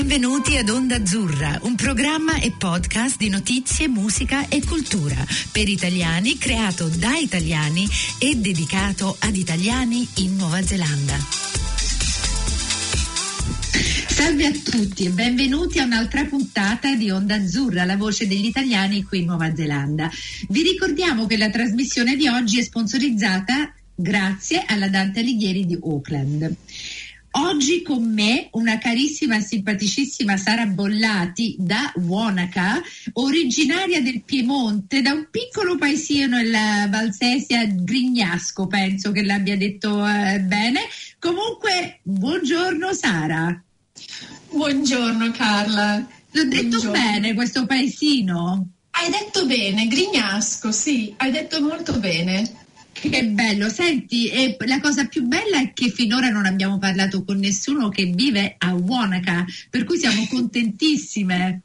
Benvenuti ad Onda Azzurra, un programma e podcast di notizie, musica e cultura per italiani, creato da italiani e dedicato ad italiani in Nuova Zelanda. Salve a tutti e benvenuti a un'altra puntata di Onda Azzurra, la voce degli italiani qui in Nuova Zelanda. Vi ricordiamo che la trasmissione di oggi è sponsorizzata grazie alla Dante Alighieri di Auckland. Oggi con me una carissima e simpaticissima Sara Bollati da Wanaka, originaria del Piemonte, da un piccolo paesino nella Valsesia, Grignasco, penso che l'abbia detto bene. Comunque, buongiorno Sara. Buongiorno Carla. L'ho detto bene questo paesino? Hai detto bene, Grignasco, sì, hai detto molto bene. Che bello, senti, la cosa più bella è che finora non abbiamo parlato con nessuno che vive a Wanaka, per cui siamo contentissime.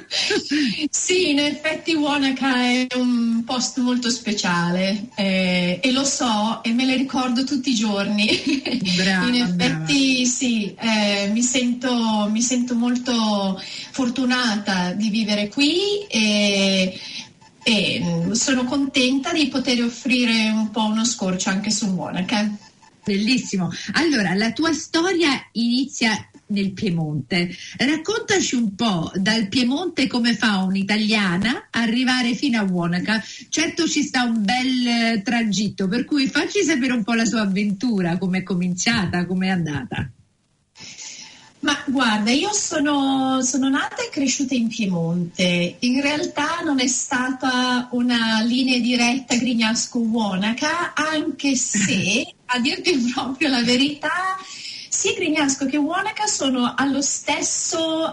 Sì, in effetti Wanaka è un posto molto speciale e lo so e me le ricordo tutti i giorni. Brava, in effetti brava. Sì, mi sento molto fortunata di vivere qui e sono contenta di poter offrire un po' uno scorcio anche su Wanaka. Bellissimo. Allora, la tua storia inizia nel Piemonte. Raccontaci un po' dal Piemonte come fa un'italiana arrivare fino a Wanaka. Certo ci sta un bel tragitto, per cui facci sapere un po' la tua avventura, come è cominciata, come è andata. Ma guarda, io sono nata e cresciuta in Piemonte. In realtà non è stata una linea diretta Grignasco-Wanaka, anche se, a dirti proprio la verità, sia Grignasco che Wanaka sono alla stessa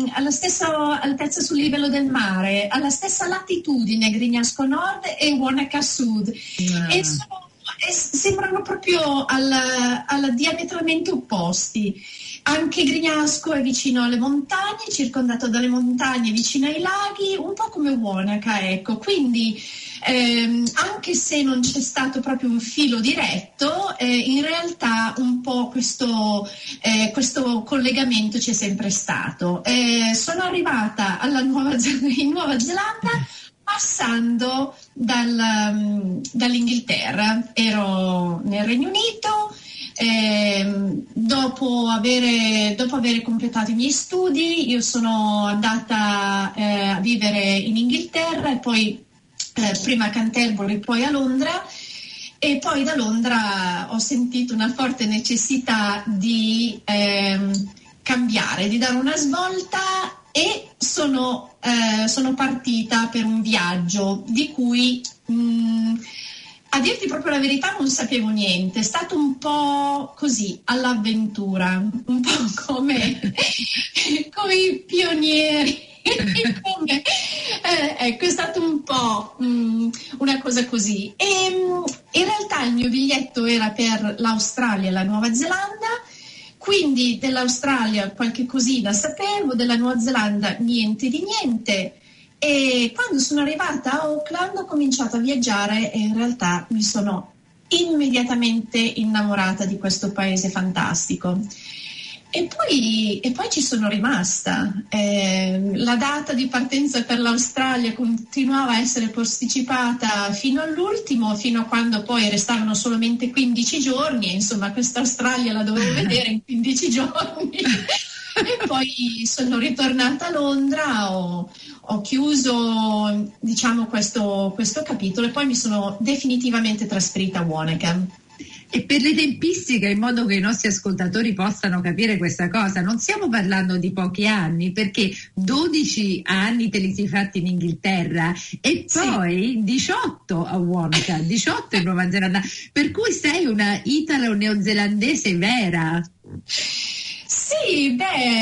altezza sul livello del mare, alla stessa latitudine Grignasco Nord e Wanaka Sud. E sembrano proprio diametralmente opposti. Anche Grignasco è vicino alle montagne, circondato dalle montagne, vicino ai laghi, un po' come Wanaka, ecco. Quindi anche se non c'è stato proprio un filo diretto, in realtà un po' questo collegamento c'è sempre stato. Sono arrivata in Nuova Zelanda passando dall'Inghilterra. Ero nel Regno Unito. Dopo aver completato i miei studi, io sono andata a vivere in Inghilterra e poi prima a Canterbury, poi a Londra, e poi da Londra ho sentito una forte necessità di cambiare, di dare una svolta e sono partita per un viaggio di cui a dirti proprio la verità non sapevo niente, è stato un po' così, all'avventura, un po' come i pionieri, ecco, è stato un po' una cosa così. E in realtà il mio biglietto era per l'Australia e la Nuova Zelanda, quindi dell'Australia qualche cosina sapevo, della Nuova Zelanda niente di niente. E quando sono arrivata a Auckland ho cominciato a viaggiare e in realtà mi sono immediatamente innamorata di questo paese fantastico. E poi ci sono rimasta. La data di partenza per l'Australia continuava a essere posticipata fino all'ultimo, fino a quando poi restavano solamente 15 giorni e insomma questa Australia la dovevo vedere in 15 giorni. E poi sono ritornata a Londra, ho chiuso diciamo questo capitolo e poi mi sono definitivamente trasferita a Wanaka. E per le tempistiche, in modo che i nostri ascoltatori possano capire questa cosa, non stiamo parlando di pochi anni, perché 12 anni te li sei fatti in Inghilterra e poi 18 a Wanaka, 18 in Nuova Zelanda, per cui sei una italo-neozelandese vera. Sì,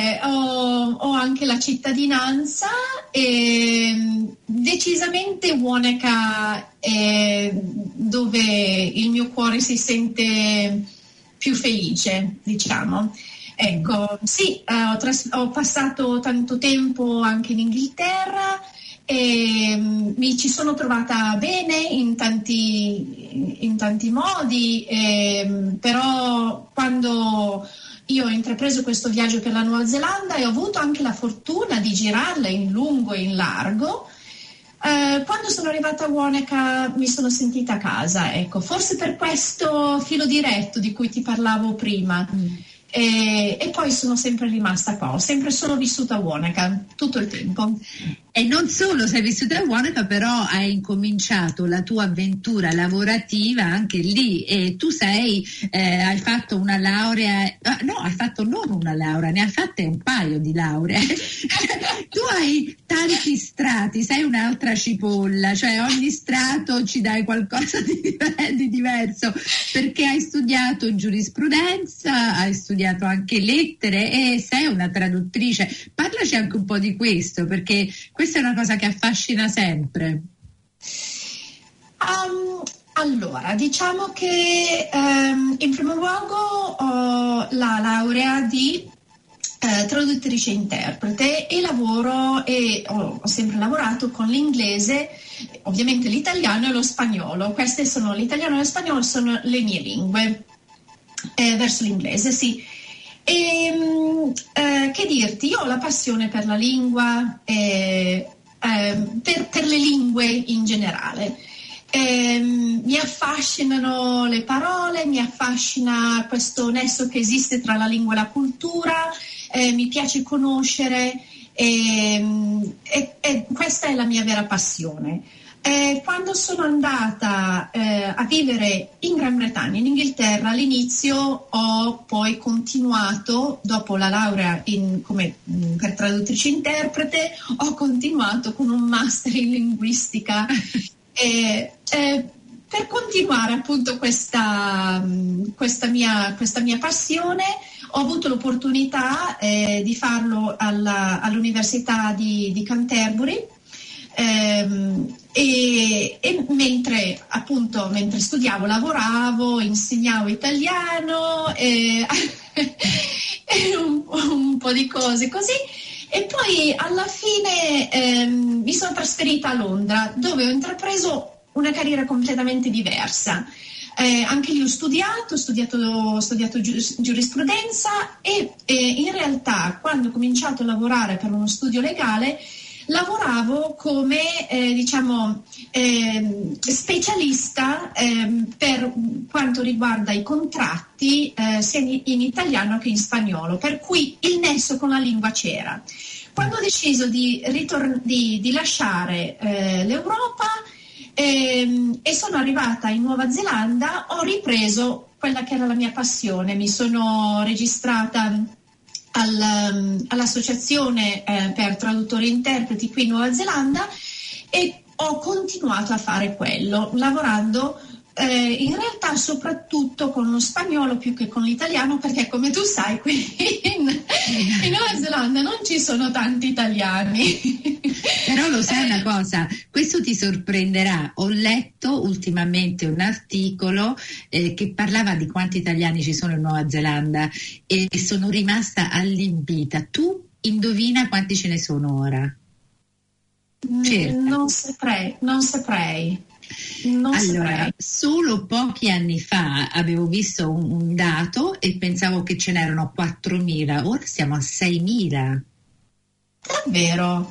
ho anche la cittadinanza e decisamente Wanaka è dove il mio cuore si sente più felice, diciamo. Ecco, sì, ho passato tanto tempo anche in Inghilterra e mi ci sono trovata bene in tanti modi, però quando io ho intrapreso questo viaggio per la Nuova Zelanda e ho avuto anche la fortuna di girarla in lungo e in largo. Quando sono arrivata a Wanaka mi sono sentita a casa, ecco, forse per questo filo diretto di cui ti parlavo prima. E poi sono sempre rimasta qua, ho sempre solo vissuto a Wanaka tutto il tempo. E non solo sei vissuta a Wanaka, però hai incominciato la tua avventura lavorativa anche lì, e tu hai fatto una laurea, no, hai fatto non una laurea, ne hai fatte un paio di lauree. Tu hai tanti strati, sei un'altra cipolla, cioè ogni strato ci dai qualcosa di diverso, perché hai studiato giurisprudenza, hai studiato anche lettere e sei una traduttrice. Parlaci anche un po' di questo, perché questa è una cosa che affascina sempre. Allora, diciamo che in primo luogo ho la laurea di traduttrice interprete e ho sempre lavorato con l'inglese, ovviamente l'italiano e lo spagnolo. Queste sono, l'italiano e lo spagnolo sono le mie lingue, verso l'inglese, sì. Che dirti, io ho la passione per la lingua, per le lingue in generale. Mi affascinano le parole, mi affascina questo nesso che esiste tra la lingua e la cultura, mi piace conoscere e questa è la mia vera passione. Quando sono andata a vivere in Gran Bretagna, in Inghilterra, all'inizio ho poi continuato, dopo la laurea per traduttrice interprete, ho continuato con un master in linguistica per continuare appunto questa mia passione. Ho avuto l'opportunità di farlo all'Università di Canterbury. E mentre studiavo, lavoravo, insegnavo italiano e un po' di cose così, e poi alla fine mi sono trasferita a Londra, dove ho intrapreso una carriera completamente diversa. Anche lì ho studiato giurisprudenza e in realtà quando ho cominciato a lavorare per uno studio legale lavoravo come specialista per quanto riguarda i contratti sia in italiano che in spagnolo, per cui il nesso con la lingua c'era. Quando ho deciso di lasciare l'Europa e sono arrivata in Nuova Zelanda, ho ripreso quella che era la mia passione. Mi sono registrata all'associazione per traduttori e interpreti qui in Nuova Zelanda e ho continuato a fare quello, lavorando in realtà soprattutto con lo spagnolo più che con l'italiano, perché come tu sai qui in Nuova Zelanda non ci sono tanti italiani. Però lo sai una cosa, questo ti sorprenderà. Ho letto ultimamente un articolo che parlava di quanti italiani ci sono in Nuova Zelanda e sono rimasta allibita. Tu indovina quanti ce ne sono ora? Non saprei. Allora, solo pochi anni fa avevo visto un dato e pensavo che ce n'erano 4.000, ora siamo a 6.000. Davvero?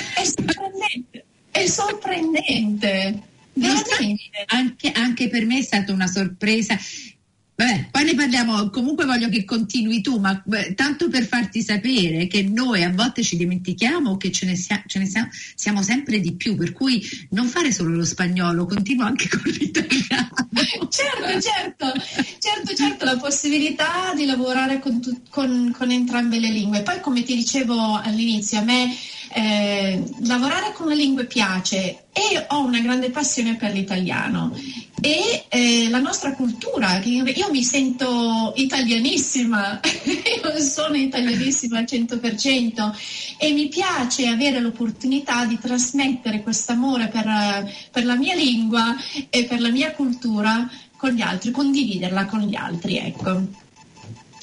È sorprendente. Veramente. Anche per me è stata una sorpresa. Vabbè, poi ne parliamo, comunque voglio che continui tu, ma tanto per farti sapere che noi a volte ci dimentichiamo che siamo sempre di più, per cui non fare solo lo spagnolo, continua anche con l'italiano. Certo, la possibilità di lavorare con entrambe le lingue. Poi come ti dicevo all'inizio, a me lavorare con le lingue piace e ho una grande passione per l'italiano e la nostra cultura, io mi sento italianissima, io sono italianissima al 100% e mi piace avere l'opportunità di trasmettere quest'amore per la mia lingua e per la mia cultura con gli altri, condividerla con gli altri, ecco.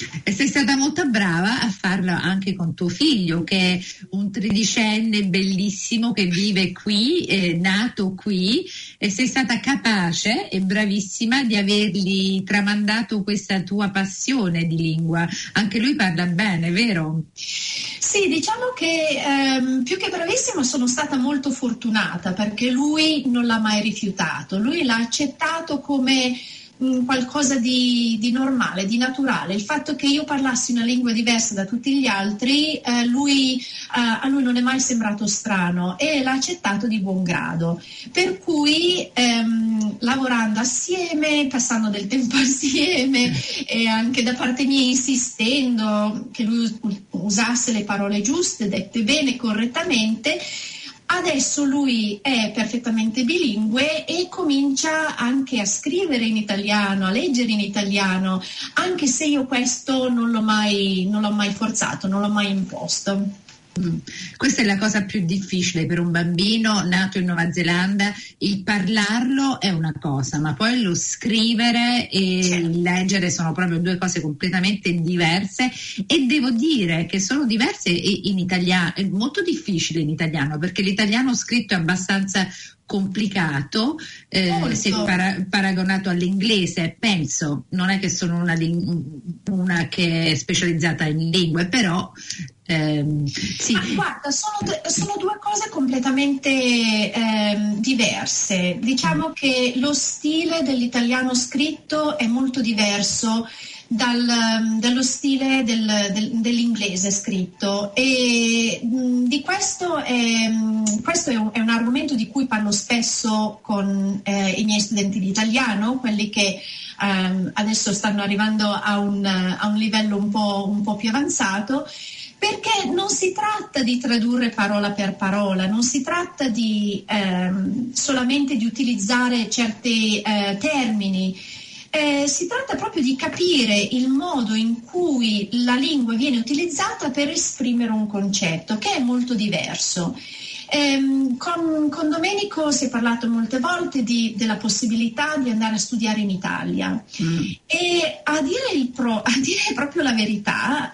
E sei stata molto brava a farlo anche con tuo figlio, che è un 13enne bellissimo che vive qui, è nato qui, e sei stata capace e bravissima di avergli tramandato questa tua passione di lingua. Anche lui parla bene, vero? Sì, diciamo che più che bravissima sono stata molto fortunata, perché lui non l'ha mai rifiutato, lui l'ha accettato come qualcosa di normale, di naturale. Il fatto che io parlassi una lingua diversa da tutti gli altri, a lui non è mai sembrato strano e l'ha accettato di buon grado. Per cui lavorando assieme, passando del tempo assieme e anche da parte mia insistendo che lui usasse le parole giuste, dette bene, correttamente, adesso lui è perfettamente bilingue e comincia anche a scrivere in italiano, a leggere in italiano, anche se io questo non l'ho mai forzato, non l'ho mai imposto. Questa è la cosa più difficile per un bambino nato in Nuova Zelanda. Il parlarlo è una cosa, ma poi lo scrivere e il leggere sono proprio due cose completamente diverse, e devo dire che sono diverse in italiano. È molto difficile in italiano, perché l'italiano scritto è abbastanza complicato, se paragonato all'inglese. Penso, non è che sono una che è specializzata in lingue, però sì. Guarda, sono due cose completamente diverse. Diciamo che lo stile dell'italiano scritto è molto diverso dallo stile dell'inglese scritto, e di questo è un argomento di cui parlo spesso con i miei studenti di italiano, quelli che adesso stanno arrivando a un livello un po' più avanzato, perché non si tratta di tradurre parola per parola, non si tratta di solamente di utilizzare certi termini. Si tratta proprio di capire il modo in cui la lingua viene utilizzata per esprimere un concetto, che è molto diverso. Con Domenico si è parlato molte volte della possibilità di andare a studiare in Italia, e a dire proprio la verità,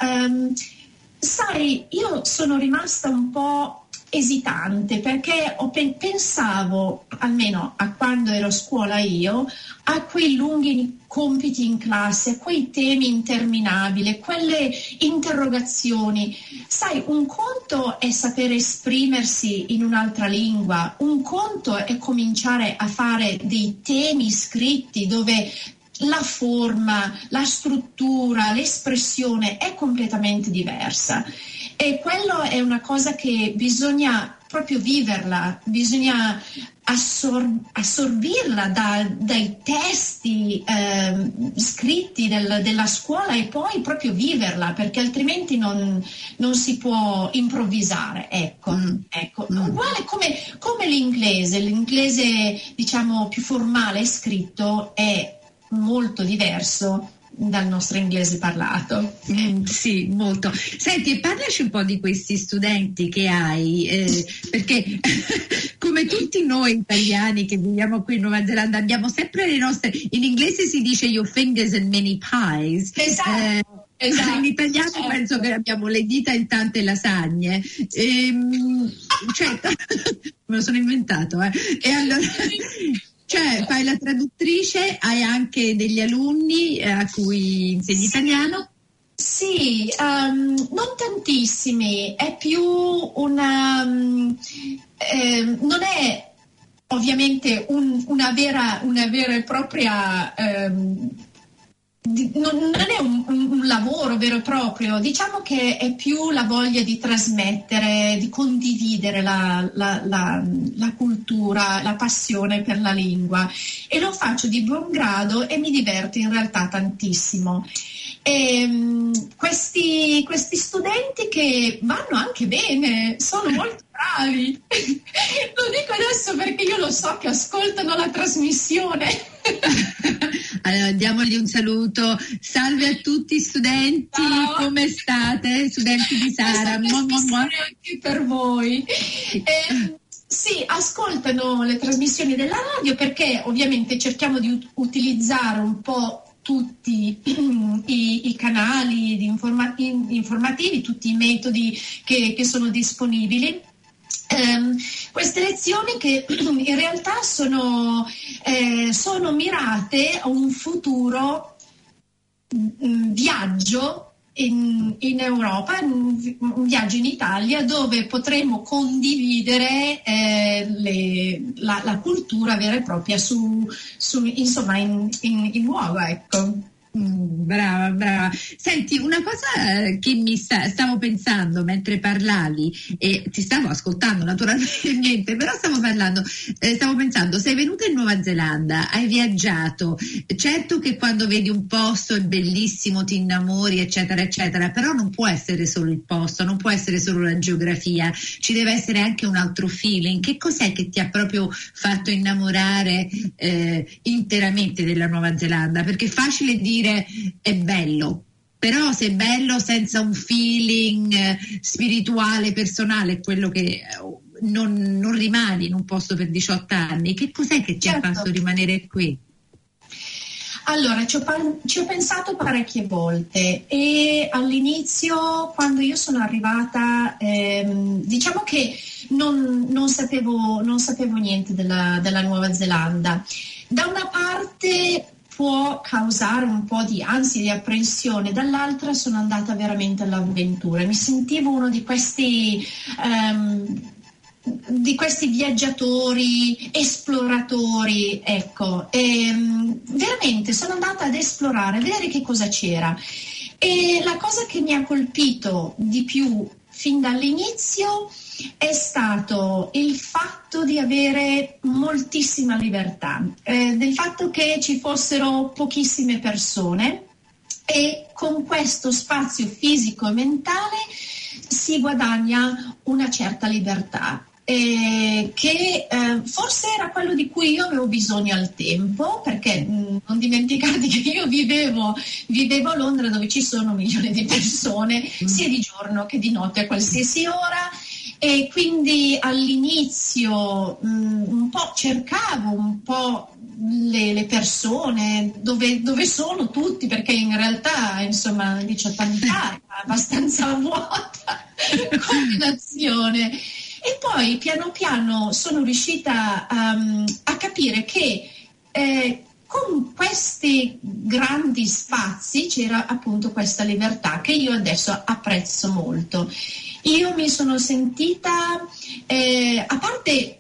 sai, io sono rimasta un po' esitante, perché pensavo, almeno a quando ero a scuola io, a quei lunghi compiti in classe, a quei temi interminabili, quelle interrogazioni. Sai, un conto è sapere esprimersi in un'altra lingua, un conto è cominciare a fare dei temi scritti dove la forma, la struttura, l'espressione è completamente diversa, e quello è una cosa che bisogna proprio viverla, bisogna assorbirla dai testi scritti della scuola, e poi proprio viverla, perché altrimenti non si può improvvisare. Ecco. Uguale come l'inglese diciamo più formale scritto è molto diverso dal nostro inglese parlato. Sì, molto. Senti, e parlaci un po' di questi studenti che hai, perché come tutti noi italiani che viviamo qui in Nuova Zelanda abbiamo sempre le nostre, in inglese si dice your fingers in many pies. Esatto. In italiano penso che abbiamo le dita in tante lasagne. Certo, me lo sono inventato. E allora... Cioè, fai la traduttrice, hai anche degli alunni a cui insegni italiano? Sì, non tantissimi, è più una... non è ovviamente una vera e propria... non è un lavoro vero e proprio, diciamo che è più la voglia di trasmettere, di condividere la cultura, la passione per la lingua, e lo faccio di buon grado e mi diverto in realtà tantissimo. E, questi studenti che vanno anche bene, sono molto bravi. Lo dico adesso perché io lo so che ascoltano la trasmissione. Allora, diamogli un saluto. Salve a tutti studenti. Ciao. Come state? Studenti di Sara. Anche per voi. Sì, ascoltano le trasmissioni della radio, perché ovviamente cerchiamo di utilizzare un po' tutti i canali informativi, tutti i metodi che sono disponibili. Queste lezioni che in realtà sono mirate a un futuro viaggio in Europa, un viaggio in Italia dove potremo condividere la cultura vera e propria insomma in luogo, ecco. Brava. Senti, una cosa che stavo pensando mentre parlavi, e ti stavo ascoltando naturalmente, però stavo pensando, sei venuta in Nuova Zelanda, hai viaggiato, certo che quando vedi un posto è bellissimo, ti innamori, eccetera, eccetera, però non può essere solo il posto, non può essere solo la geografia, ci deve essere anche un altro feeling. Che cos'è che ti ha proprio fatto innamorare interamente della Nuova Zelanda? Perché è facile dire è bello, però se è bello senza un feeling spirituale, personale, è quello che non rimani in un posto per 18 anni. Che cos'è che ti ha fatto rimanere qui? Allora, ci ho pensato parecchie volte e all'inizio, quando io sono arrivata, diciamo che non sapevo niente della Nuova Zelanda. Da una parte può causare un po' di ansia, di apprensione, dall'altra sono andata veramente all'avventura. Mi sentivo uno di questi viaggiatori, esploratori, ecco, e veramente sono andata ad esplorare, a vedere che cosa c'era. E la cosa che mi ha colpito di più fin dall'inizio è stato il fatto di avere moltissima libertà, del fatto che ci fossero pochissime persone e con questo spazio fisico e mentale si guadagna una certa libertà. Che forse era quello di cui io avevo bisogno al tempo, perché non dimenticate che io vivevo a Londra, dove ci sono milioni di persone sia di giorno che di notte a qualsiasi ora, e quindi all'inizio un po' cercavo un po' le persone dove sono tutti, perché in realtà insomma 18 anni fa era abbastanza vuota come nazione. E poi piano piano sono riuscita a capire che con questi grandi spazi c'era appunto questa libertà che io adesso apprezzo molto. Io mi sono sentita, a parte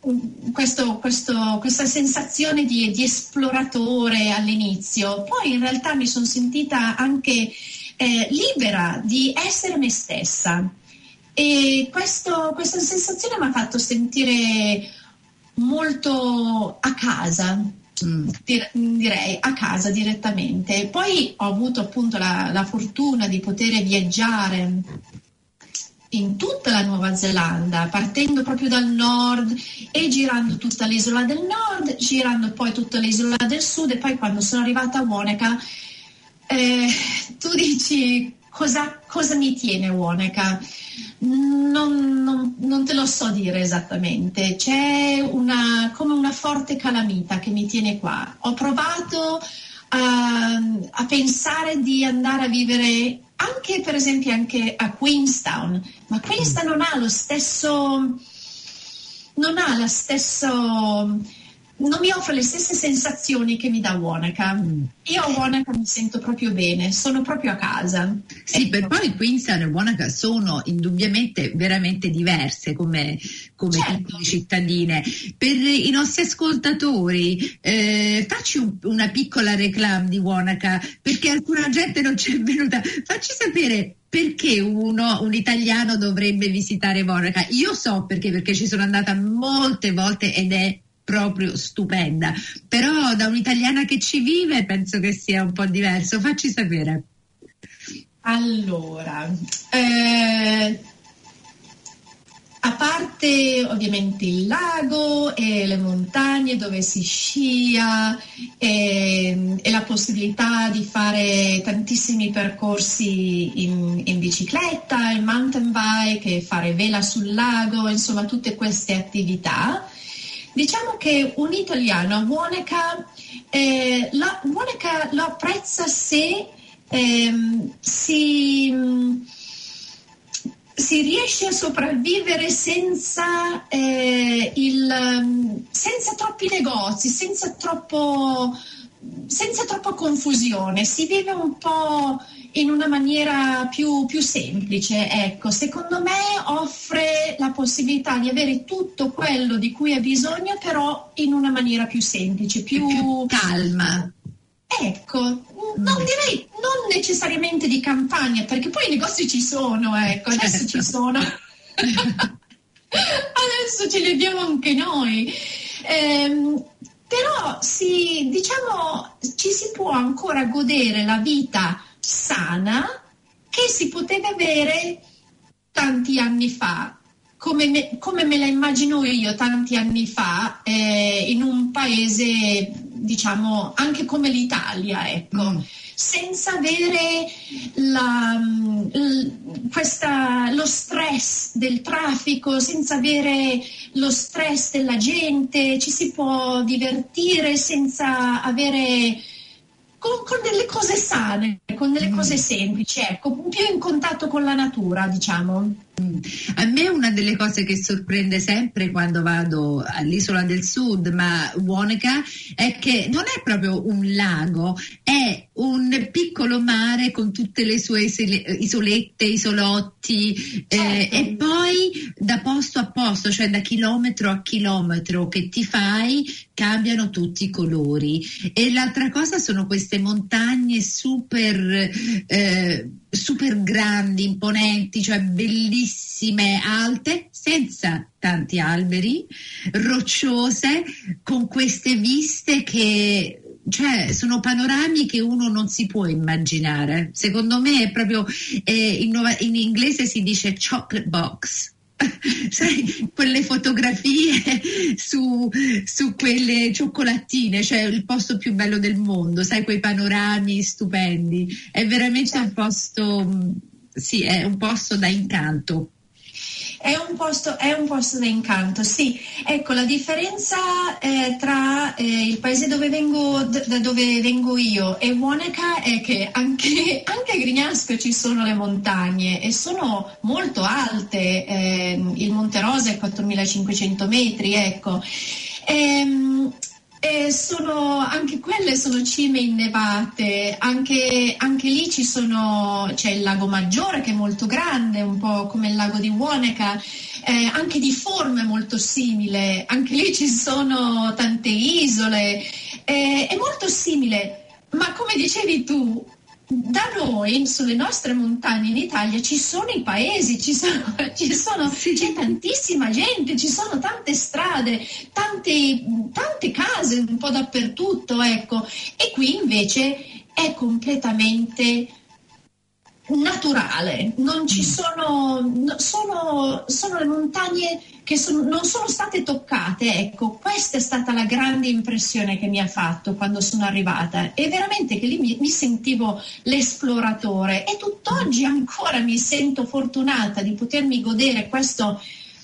questa sensazione di esploratore all'inizio, poi in realtà mi sono sentita anche libera di essere me stessa. E questa sensazione mi ha fatto sentire molto a casa, direi a casa direttamente. Poi ho avuto appunto la fortuna di poter viaggiare in tutta la Nuova Zelanda, partendo proprio dal nord e girando tutta l'isola del nord, girando poi tutta l'isola del sud, e poi quando sono arrivata a Wanaka, tu dici cosa mi tiene Wanaka? Non te lo so dire esattamente, c'è come una forte calamita che mi tiene qua. Ho provato a pensare di andare a vivere anche per esempio anche a Queenstown, ma Queenstown non mi offre le stesse sensazioni che mi dà Wanaka. Io a Wanaka mi sento proprio bene, sono proprio a casa. Sì, per poi Queenstown e Wanaka sono indubbiamente veramente diverse come certo. cittadine. Per i nostri ascoltatori, facci una piccola reclame di Wanaka, perché alcuna gente non ci è venuta. Facci sapere perché un italiano dovrebbe visitare Wanaka. Io so perché ci sono andata molte volte ed è proprio stupenda, però da un'italiana che ci vive penso che sia un po' diverso. Facci sapere. Allora, a parte ovviamente il lago e le montagne dove si scia e la possibilità di fare tantissimi percorsi in bicicletta, in mountain bike e fare vela sul lago, insomma tutte queste attività, Diciamo che un italiano Wanaka lo apprezza se si riesce a sopravvivere senza troppi negozi, senza troppa confusione, si vive un po' in una maniera più semplice, ecco. Secondo me offre la possibilità di avere tutto quello di cui ha bisogno, però in una maniera più semplice, più calma. Ecco, non necessariamente di campagna, perché poi i negozi ci sono, ecco, adesso ci sono. Adesso ce li abbiamo anche noi. Però diciamo, ci si può ancora godere la vita sana che si poteva avere tanti anni fa, come me la immagino io tanti anni fa, in un paese, diciamo, anche come l'Italia, ecco. Senza avere lo stress del traffico, senza avere lo stress della gente, ci si può divertire senza avere con delle cose sane, con delle cose semplici, ecco, più in contatto con la natura, diciamo. A me una delle cose che sorprende sempre quando vado all'Isola del Sud, ma Wanaka, è che non è proprio un lago, è un piccolo mare con tutte le sue isolette, isolotti, certo. E poi da posto a posto, cioè da chilometro a chilometro che ti fai, cambiano tutti i colori. E l'altra cosa sono queste montagne super grandi, imponenti, cioè bellissime, alte, senza tanti alberi, rocciose, con queste viste che, cioè, sono panorami che uno non si può immaginare. Secondo me è proprio, in inglese si dice chocolate box. Sai, quelle fotografie su quelle cioccolatine, cioè il posto più bello del mondo, sai, quei panorami stupendi. È veramente un posto, sì, è un posto da incanto. È un posto da incanto, sì. Ecco, la differenza tra il paese da dove vengo io e Wanaka è che anche a Grignasco ci sono le montagne e sono molto alte. Il Monte Rosa è 4.500 metri, ecco. Anche quelle sono cime innevate, anche lì c'è il lago Maggiore che è molto grande, un po' come il lago di Wanaka, anche di forma molto simile, anche lì ci sono tante isole, è molto simile, ma come dicevi tu, da noi, sulle nostre montagne in Italia, ci sono i paesi, c'è tantissima gente, ci sono tante strade, tante case un po' dappertutto, ecco. E qui invece è completamente naturale, non ci sono le montagne che non sono state toccate, ecco. Questa è stata la grande impressione che mi ha fatto quando sono arrivata, e veramente che lì mi sentivo l'esploratore, e tutt'oggi ancora mi sento fortunata di potermi godere questo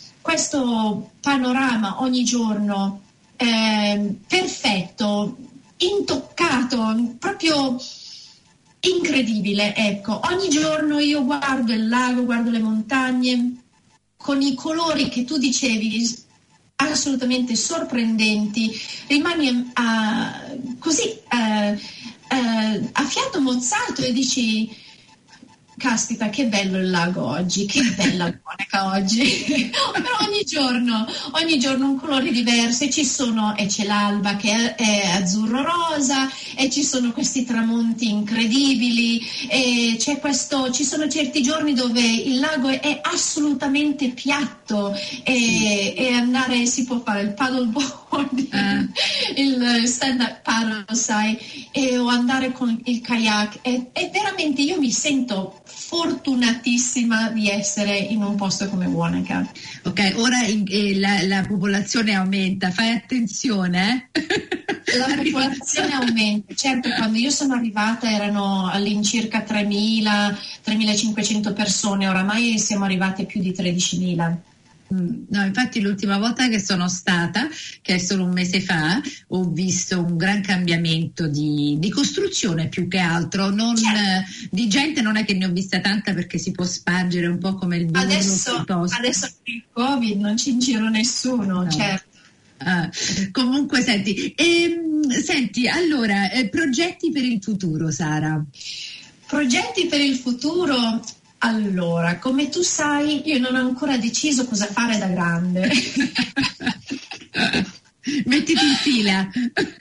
panorama ogni giorno, perfetto, intoccato, proprio incredibile, ecco. Ogni giorno io guardo il lago, guardo le montagne con i colori che tu dicevi, assolutamente sorprendenti, rimani così a fiato mozzato e dici: caspita, che bello il lago oggi, che bella Wanaka oggi. Però ogni giorno un colore diverso, e c'è l'alba che è azzurro-rosa, e ci sono questi tramonti incredibili, e ci sono certi giorni dove il lago è assolutamente piatto, e si può fare il paddleboard, il stand-up paddle, sai, o andare con il kayak, e veramente io mi sento fortunatissima di essere in un posto come Wanaka. Ok, ora la popolazione aumenta, fai attenzione. La popolazione aumenta, certo. Quando io sono arrivata erano all'incirca 3.000-3.500 persone, oramai siamo arrivate a più di 13.000. No, infatti l'ultima volta che sono stata, che è solo un mese fa, ho visto un gran cambiamento di costruzione più che altro, di gente non è che ne ho vista tanta perché si può spargere un po' come il burro piuttosto. Adesso con il Covid non ci in giro nessuno, no. Certo. Comunque senti, allora, progetti per il futuro, Sara? Progetti per il futuro? Allora, come tu sai, io non ho ancora deciso cosa fare da grande. Mettiti in fila.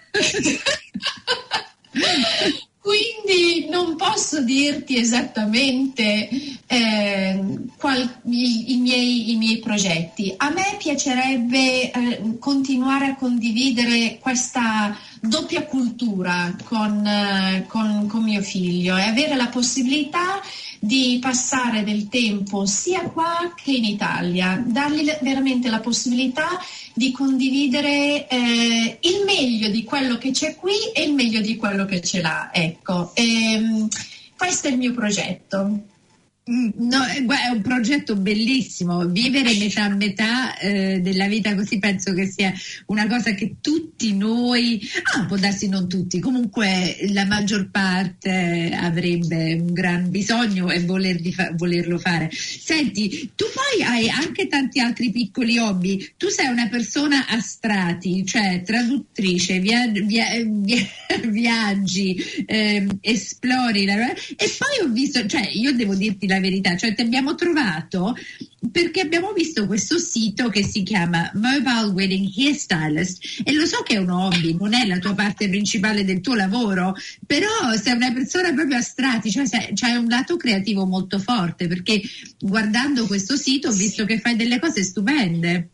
Quindi non posso dirti esattamente i miei progetti. A me piacerebbe continuare a condividere questa doppia cultura con mio figlio e avere la possibilità di passare del tempo sia qua che in Italia, dargli veramente la possibilità di condividere il meglio di quello che c'è qui e il meglio di quello che ce l'ha, ecco. Questo è il mio progetto. No, è un progetto bellissimo, vivere metà a metà della vita così penso che sia una cosa che tutti noi, può darsi non tutti, comunque la maggior parte avrebbe un gran bisogno e volerlo fare. Senti, tu poi hai anche tanti altri piccoli hobby, tu sei una persona a strati, cioè traduttrice, viaggi, esplori, e poi ho visto, cioè io devo dirti la verità, cioè ti abbiamo trovato perché abbiamo visto questo sito che si chiama Mobile Wedding Hairstylist e lo so che è un hobby, non è la tua parte principale del tuo lavoro, però sei una persona proprio a strati, cioè c'hai un lato creativo molto forte, perché guardando questo sito ho visto che fai delle cose stupende.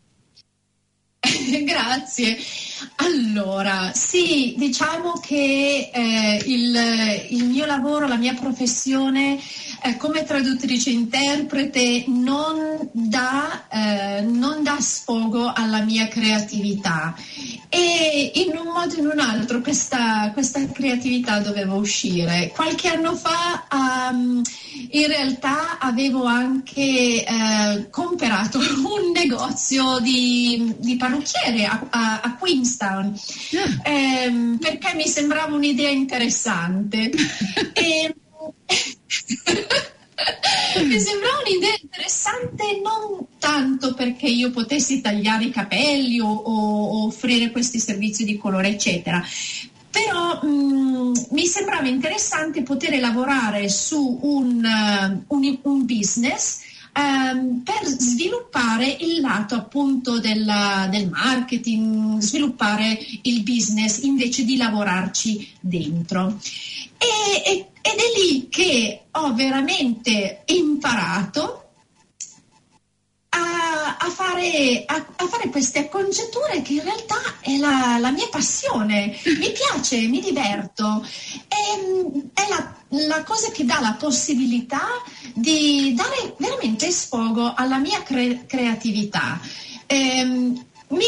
Grazie. Allora, sì, diciamo che il mio lavoro, la mia professione come traduttrice interprete non dà sfogo alla mia creatività e in un modo o in un altro questa creatività doveva uscire. Qualche anno fa in realtà avevo anche comprato un negozio di parrucchiere a Queenstown perché mi sembrava un'idea interessante. Mi sembrava un'idea interessante non tanto perché io potessi tagliare i capelli o offrire questi servizi di colore eccetera, però mi sembrava interessante poter lavorare su un business per sviluppare il lato appunto del marketing, sviluppare il business invece di lavorarci dentro. Ed è lì che ho veramente imparato a fare queste acconciature che in realtà è la mia passione, mi piace, mi diverto, è la cosa che dà la possibilità di dare veramente sfogo alla mia creatività. Mi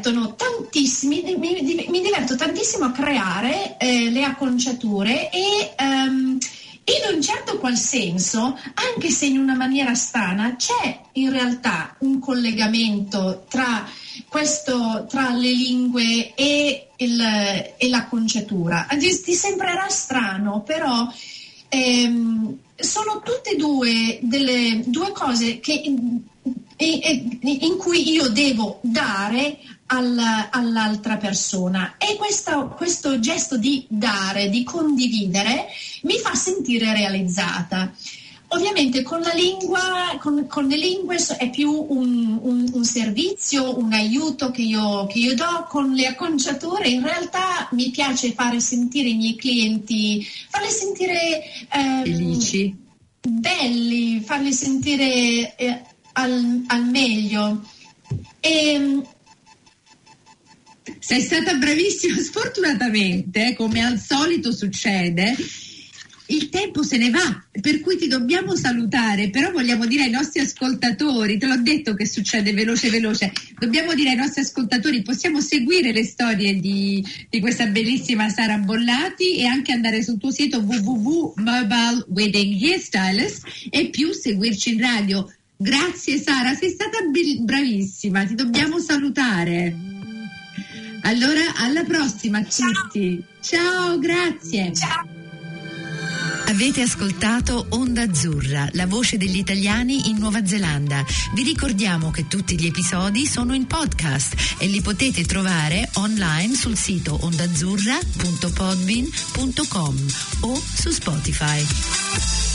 diverto tantissimo a creare le acconciature e in un certo qual senso, anche se in una maniera strana, c'è in realtà un collegamento tra le lingue e l'acconciatura. Ti sembrerà strano, però sono tutte e due delle due cose in cui io devo dare all'altra persona e questo gesto di dare, di condividere mi fa sentire realizzata. Ovviamente con la lingua, con le lingue è più un servizio, un aiuto che io do. Con le acconciature in realtà mi piace fare sentire i miei clienti, farli sentire felici, belli, farli sentire al meglio. Sei stata bravissima, sfortunatamente, come al solito succede, il tempo se ne va, per cui ti dobbiamo salutare, però vogliamo dire ai nostri ascoltatori, te l'ho detto che succede veloce, dobbiamo dire ai nostri ascoltatori, possiamo seguire le storie di questa bellissima Sara Bollati e anche andare sul tuo sito www.mobile wedding hairstylist e più seguirci in radio. Grazie Sara, sei stata bravissima, ti dobbiamo salutare. Allora, alla prossima a tutti. Ciao, grazie. Ciao. Avete ascoltato Onda Azzurra, la voce degli italiani in Nuova Zelanda. Vi ricordiamo che tutti gli episodi sono in podcast e li potete trovare online sul sito ondazzurra.podbean.com o su Spotify.